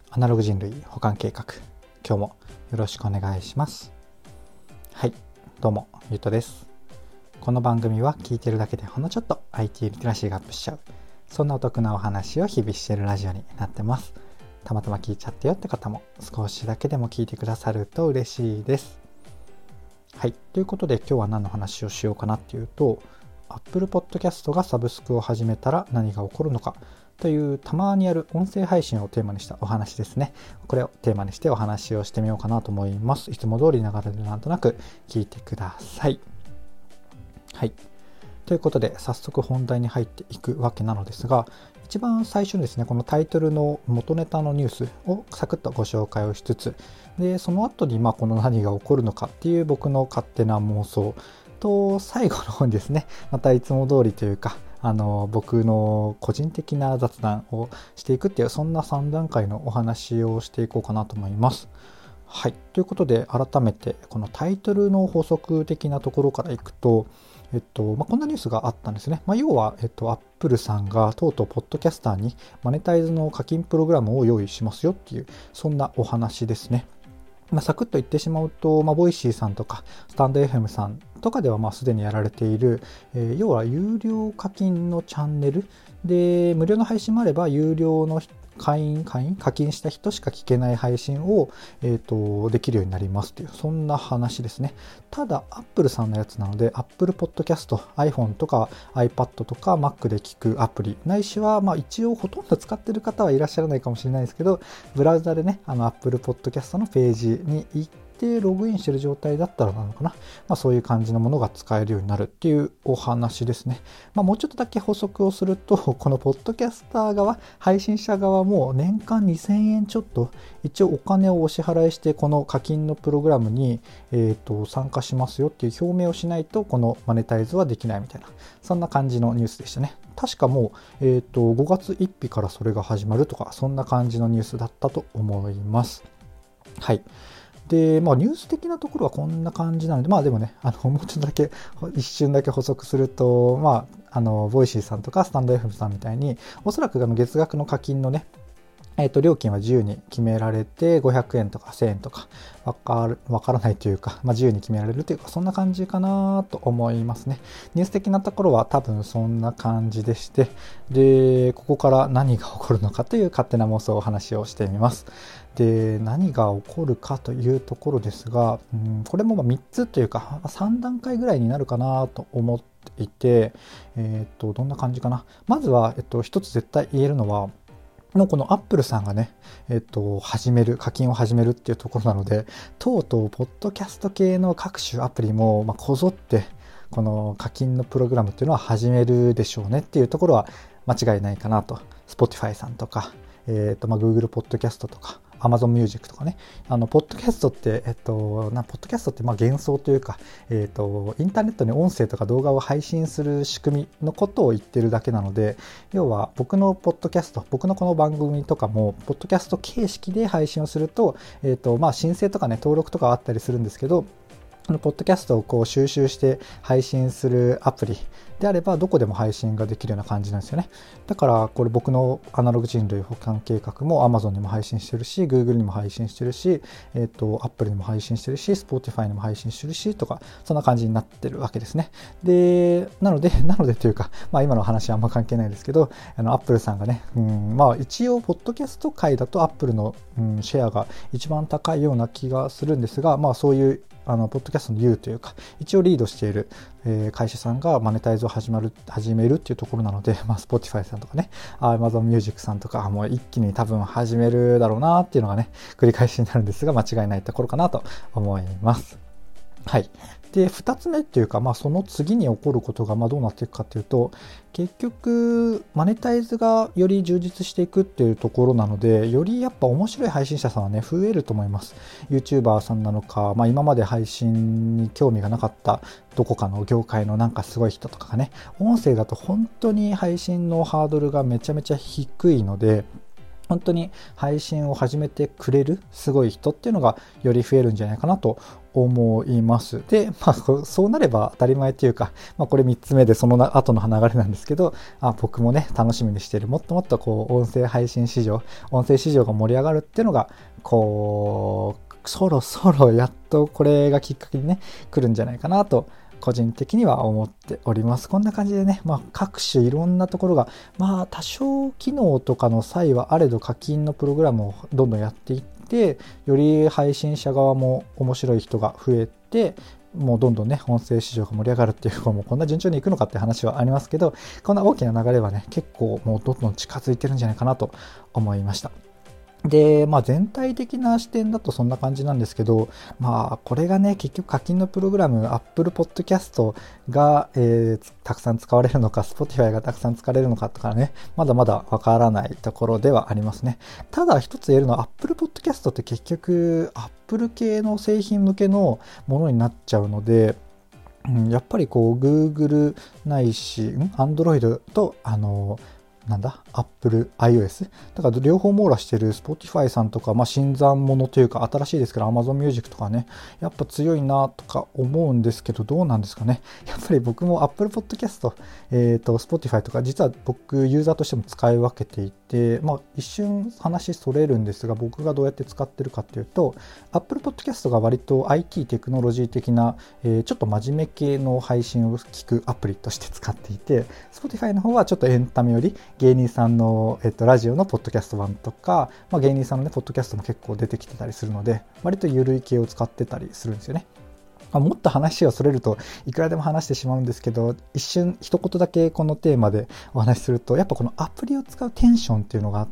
アナログ人類補完計画、今日もよろしくお願いします。はい、どうもゆうとです。この番組は聞いてるだけでほんのちょっと IT リテラシーがアップしちゃう、そんなお得なお話を日々しているラジオになってます。たまたま聞いちゃってよって方も少しだけでも聞いてくださると嬉しいです。はい、ということで今日は何の話をしようかなっていうと、Apple Podcast がサブスクを始めたら何が起こるのかというたまにある音声配信をテーマにしたお話ですね。これをテーマにしてお話をしてみようかなと思います。いつも通りながらでなんとなく聞いてください。はい。ということで早速本題に入っていくわけなのですが、一番最初にですね、このタイトルの元ネタのニュースをサクッとご紹介をしつつ、でその後にこの何が起こるのかっていう僕の勝手な妄想と、最後の方にですね、またいつも通りというか僕の個人的な雑談をしていくっていう、そんな3段階のお話をしていこうかなと思います。はい、ということで改めてこのタイトルの法則的なところからいくと、こんなニュースがあったんですね。要は、アップルさんがとうとうポッドキャスターにマネタイズの課金プログラムを用意しますよっていう、そんなお話ですね。サクッと言ってしまうと、ボイシーさんとかスタンド FM さんとかではすでにやられている、要は有料課金のチャンネルで、無料の配信もあれば有料の課金した人しか聞けない配信を、できるようになりますという、そんな話ですね。ただ Apple さんのやつなので Apple Podcast、iPhone とか iPad とか Mac で聞くアプリないしは、一応ほとんど使ってる方はいらっしゃらないかもしれないですけど、ブラウザでねApple Podcast のページに行ってログインしてる状態だったらなのかな、そういう感じのものが使えるようになるっていうお話ですね。もうちょっとだけ補足をすると、このポッドキャスター側、配信者側も年間2000円ちょっと一応お金をお支払いしてこの課金のプログラムに、参加しますよっていう表明をしないとこのマネタイズはできないみたいな、そんな感じのニュースでしたね。確かもう、5月1日からそれが始まるとか、そんな感じのニュースだったと思います。はい。で、ニュース的なところはこんな感じなので、でもね、もうちょっとだけ、一瞬だけ補足すると、ボイシーさんとかスタンド FM さんみたいに、おそらく月額の課金のね、料金は自由に決められて、500円とか1000円とかわからないというか、自由に決められるというか、そんな感じかなと思いますね。ニュース的なところは多分そんな感じでして、でここから何が起こるのかという勝手な妄想お話をしてみます。で何が起こるかというところですが、これも3つというか3段階ぐらいになるかなと思っていて、どんな感じかな。まずは、一つ絶対言えるのは、このアップルさんがね、課金を始めるっていうところなので、とうとうポッドキャスト系の各種アプリも、こぞってこの課金のプログラムっていうのは始めるでしょうねっていうところは間違いないかなと。Spotify さんとか、Google ポッドキャストとかAmazon Music とかね、ポッドキャストって、ポッドキャストって幻想というか、インターネットに音声とか動画を配信する仕組みのことを言ってるだけなので、要は僕のポッドキャスト、僕のこの番組とかも、ポッドキャスト形式で配信をすると、申請とかね、登録とかあったりするんですけど、ポッドキャストを収集して配信するアプリであればどこでも配信ができるような感じなんですよね。だからこれ僕のアナログ人類補完計画も Amazon にも配信してるし、 Google にも配信してるし、Apple にも配信してるし、 Spotify にも配信してるしとか、そんな感じになってるわけですね。でなのでというか、今の話はあんま関係ないですけど、Apple さんがね、一応ポッドキャスト界だと Apple の、シェアが一番高いような気がするんですが、そういうポッドキャストの U というか一応リードしている、会社さんがマネタイズを始めるっていうところなので、Spotify さんとかね、Amazon Music さんとかもう一気に多分始めるだろうなっていうのがね、繰り返しになるんですが、間違いないところかなと思います。はい。で2つ目っていうか、その次に起こることがどうなっていくかというと、結局マネタイズがより充実していくっていうところなので、よりやっぱ面白い配信者さんはね増えると思います。 YouTuber さんなのか、今まで配信に興味がなかったどこかの業界のなんかすごい人とかがね、音声だと本当に配信のハードルがめちゃめちゃ低いので、 本当に配信を始めてくれるすごい人っていうのがより増えるんじゃないかなと思います。で、そうなれば当たり前っていうか、これ3つ目でその後の流れなんですけど、僕もね、楽しみにしている、もっともっと音声配信市場、音声市場が盛り上がるっていうのが、そろそろやっとこれがきっかけにね、来るんじゃないかなと、個人的には思っております。こんな感じでね、各種いろんなところが、多少機能とかの際はあれど課金のプログラムをどんどんやっていって、より配信者側も面白い人が増えて、もうどんどんね、音声市場が盛り上がるっていう、もうこんな順調にいくのかって話はありますけど、こんな大きな流れはね、結構もうどんどん近づいてるんじゃないかなと思いました。で、全体的な視点だとそんな感じなんですけど、これがね、結局課金のプログラム、Apple Podcast が、たくさん使われるのか、Spotify がたくさん使われるのかとかね、まだまだわからないところではありますね。ただ一つ言えるのは、Apple Podcast って結局、Apple 系の製品向けのものになっちゃうので、やっぱりGoogle ないし、Android と、Apple iOS だから両方網羅してる Spotify さんとか、新参者というか新しいですけど Amazon Music とかね、やっぱ強いなとか思うんですけど、どうなんですかね。やっぱり僕も Apple Podcast、Spotify とか実は僕ユーザーとしても使い分けていて、一瞬話それるんですが、僕がどうやって使ってるかっていうと、Apple Podcast が割と IT テクノロジー的な、ちょっと真面目系の配信を聞くアプリとして使っていて、Spotify の方はちょっとエンタメより芸人さんの、ラジオのポッドキャスト版とか、芸人さんのねポッドキャストも結構出てきてたりするので、割と緩い系を使ってたりするんですよね。もっと話をそれるといくらでも話してしまうんですけど、一瞬一言だけこのテーマでお話しすると、やっぱこのアプリを使うテンションっていうのがあって、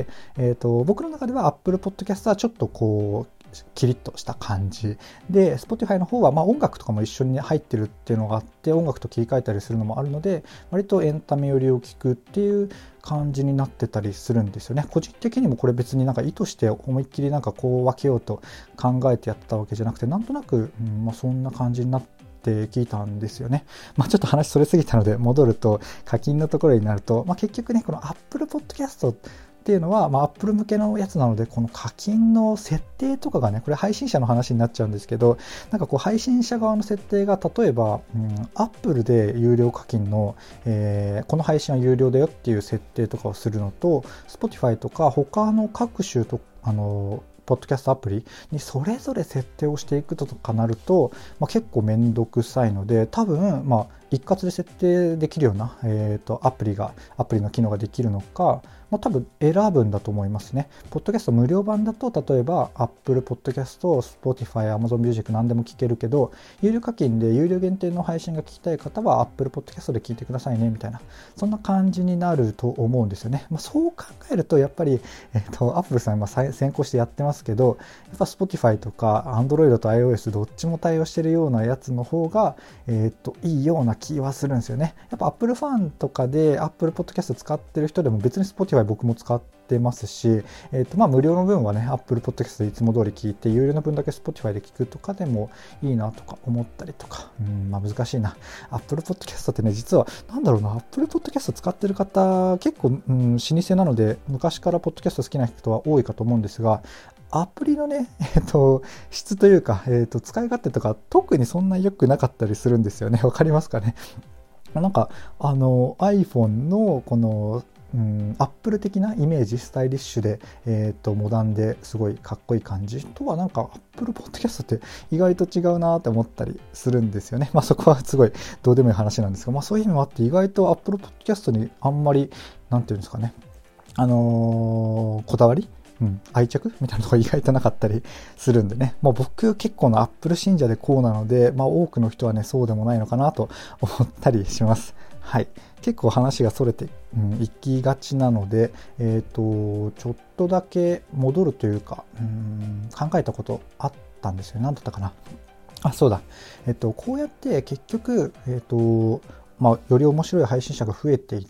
僕の中では Apple Podcast はちょっとキリッとした感じで、 Spotify の方は音楽とかも一緒に入ってるっていうのがあって、音楽と切り替えたりするのもあるので、割とエンタメ寄りを聞くっていう感じになってたりするんですよね。個人的にもこれ別に意図して思いっきり分けようと考えてやったわけじゃなくて、なんとなく、そんな感じになって聞いたんですよね。ちょっと話それすぎたので戻ると、課金のところになると、結局ね、この Apple Podcastっていうのは、Apple 向けのやつなので、この課金の設定とかがね、これ配信者の話になっちゃうんですけど、配信者側の設定が、例えば、Apple で有料課金の、この配信は有料だよっていう設定とかをするのと、Spotify とか他の各種とポッドキャストアプリにそれぞれ設定をしていくとかなると、結構めんどくさいので、多分、一括で設定できるような、アプリの機能ができるのか、多分選ぶんだと思いますね。ポッドキャスト無料版だと、例えば Apple Podcast、Spotify、Amazon Music 何でも聞けるけど、有料課金で有料限定の配信が聞きたい方は Apple Podcast で聞いてくださいねみたいな、そんな感じになると思うんですよね。そう考えるとやっぱり、Apple さん先行してやってますけど、やっぱ Spotify とか Android と iOS どっちも対応してるようなやつの方が、いいような気はするんですよね。やっぱ Apple ファンとかで Apple Podcast 使ってる人でも別に Spotify僕も使ってますし、無料の分はね Apple Podcast でいつも通り聞いて、有料の分だけ Spotify で聞くとかでもいいなとか思ったりとか、難しいな。Apple Podcast ってね、実はApple Podcast 使ってる方結構、老舗なので、昔からポッドキャスト好きな人は多いかと思うんですが、アプリのね、質というか、使い勝手とか特にそんな良くなかったりするんですよね。わかりますかね。iPhone のこのアップル的なイメージ、スタイリッシュで、モダンですごいかっこいい感じとは、アップルポッドキャストって意外と違うなって思ったりするんですよね。そこはすごいどうでもいい話なんですが、そういう意味もあって意外とアップルポッドキャストにあんまりなんていうんですかね、こだわり、愛着みたいなところ意外となかったりするんでね、僕結構のアップル信者でこうなので、多くの人はねそうでもないのかなと思ったりします。はい、結構話がそれていきがちなので、ちょっとだけ戻るというか、考えたことあったんですよ。何だったかな。そうだ。こうやって結局、より面白い配信者が増えていって、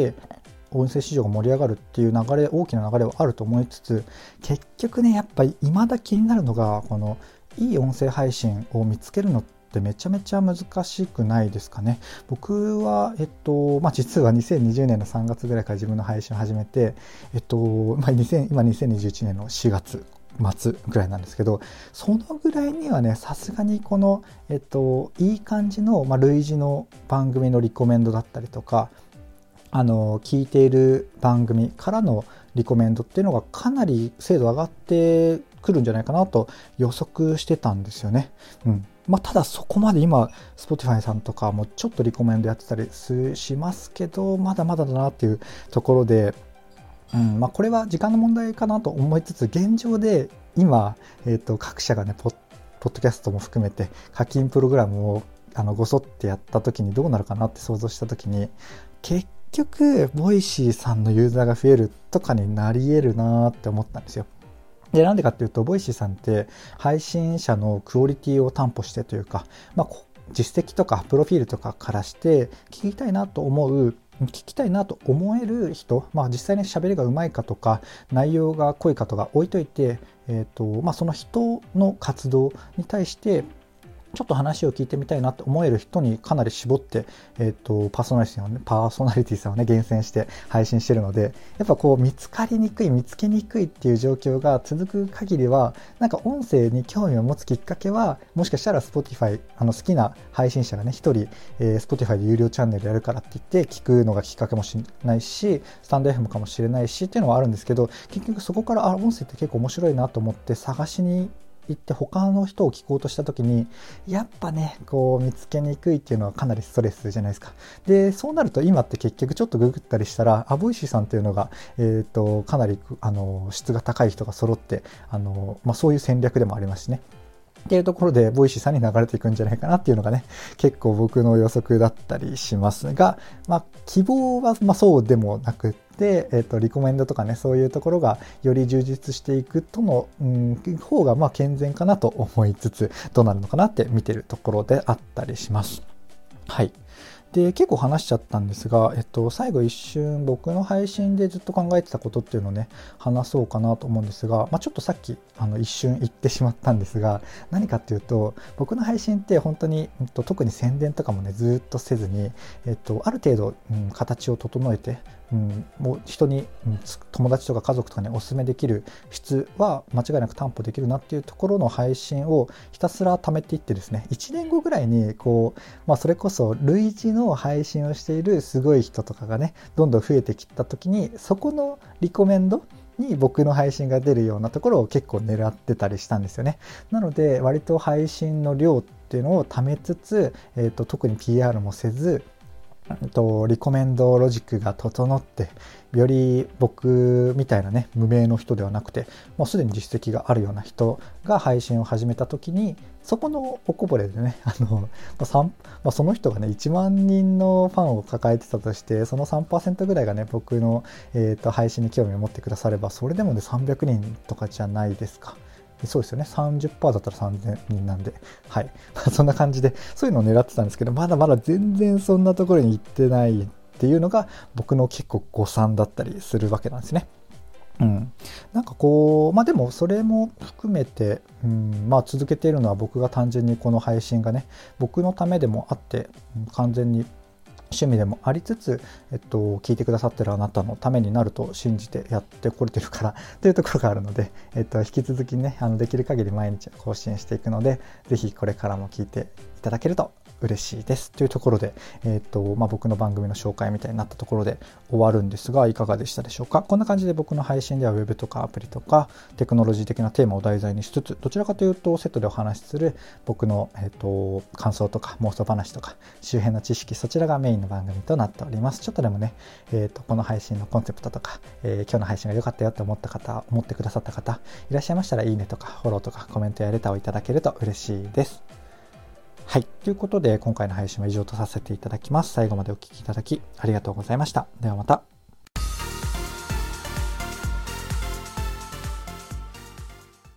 音声市場が盛り上がるっていう流れ、大きな流れはあると思いつつ、結局ね、やっぱり未だ気になるのが、このいい音声配信を見つけるのっってめちゃめちゃ難しくないですかね。僕は、実は2020年の3月ぐらいから自分の配信を始めて、今2021年の4月末ぐらいなんですけど、そのぐらいにはね、さすがにこの、いい感じの、類似の番組のリコメンドだったりとか、聞いている番組からのリコメンドっていうのがかなり精度上がってくるんじゃないかなと予測してたんですよね。ただそこまで今 Spotify さんとかもちょっとリコメンドやってたりしますけど、まだまだだなっていうところで、これは時間の問題かなと思いつつ、現状で今、各社がねポッドキャストも含めて課金プログラムをごそってやった時にどうなるかなって想像した時に、結局ボイシーさんのユーザーが増えるとかになり得るなって思ったんですよ。で、なんでかっていうと、ボイシーさんって配信者のクオリティを担保してというか、実績とかプロフィールとかからして聞きたいなと思える人、実際に喋りがうまいかとか内容が濃いかとか置いといて、その人の活動に対してちょっと話を聞いてみたいなと思える人にかなり絞って、パーソナリティさんをね厳選して配信してるので、やっぱこう見つけにくいっていう状況が続く限りは、なんか音声に興味を持つきっかけは、もしかしたら Spotify 好きな配信者がね一人、Spotify で有料チャンネルやるからって言って聞くのがきっかけもしれないし、スタンド FM かもしれないしっていうのはあるんですけど、結局そこから音声って結構面白いなと思って探しに行って他の人を聞こうとした時に、やっぱねこう見つけにくいっていうのはかなりストレスじゃないですか。で、そうなると今って結局ちょっとググったりしたら、ボイシーさんっていうのが、かなり質が高い人が揃ってそういう戦略でもありますしねっていうところで、ボイシーさんに流れていくんじゃないかなっていうのがね、結構僕の予測だったりしますが、希望はそうでもなくて、リコメンドとかね、そういうところがより充実していくとの、方が健全かなと思いつつ、どうなるのかなって見てるところであったりします。はい。で、結構話しちゃったんですが、最後一瞬僕の配信でずっと考えてたことっていうのをね話そうかなと思うんですが、ちょっとさっき一瞬言ってしまったんですが、何かっていうと、僕の配信って本当に、特に宣伝とかもねずっとせずに、ある程度、形を整えて、もう人に、友達とか家族とかにお勧めできる質は間違いなく担保できるなっていうところの配信をひたすら貯めていってですね、1年後ぐらいにこう、それこそ類似の配信をしているすごい人とかがねどんどん増えてきた時に、そこのリコメンドに僕の配信が出るようなところを結構狙ってたりしたんですよね。なので割と配信の量っていうのを貯めつつ、特に PR もせず、リコメンドロジックが整って、より僕みたいなね無名の人ではなくて、もうすでに実績があるような人が配信を始めた時に、そこのおこぼれでねその人がね1万人のファンを抱えてたとして、その 3% ぐらいがね僕の、配信に興味を持ってくだされば、それでもね300人とかじゃないですか。そうですよね。30% だったら3000人なんで、はい。そんな感じで、そういうのを狙ってたんですけど、まだまだ全然そんなところに行ってないっていうのが、僕の結構誤算だったりするわけなんですね。なんかこう、でもそれも含めて、続けているのは、僕が単純にこの配信がね、僕のためでもあって、完全に趣味でもありつつ、聞いてくださってるあなたのためになると信じてやってこれてるからというところがあるので、引き続きねできる限り毎日更新していくので、ぜひこれからも聞いていただけると嬉しいですというところで、僕の番組の紹介みたいになったところで終わるんですが、いかがでしたでしょうか。こんな感じで僕の配信ではウェブとかアプリとかテクノロジー的なテーマを題材にしつつ、どちらかというとセットでお話しする僕の、感想とか妄想話とか周辺の知識、そちらがメインの番組となっております。ちょっとでもね、この配信のコンセプトとか、今日の配信が良かったよと思ってくださった方いらっしゃいましたら、いいねとかフォローとかコメントやレターをいただけると嬉しいです。はい。ということで、今回の配信は以上とさせていただきます。最後までお聞きいただきありがとうございました。ではまた。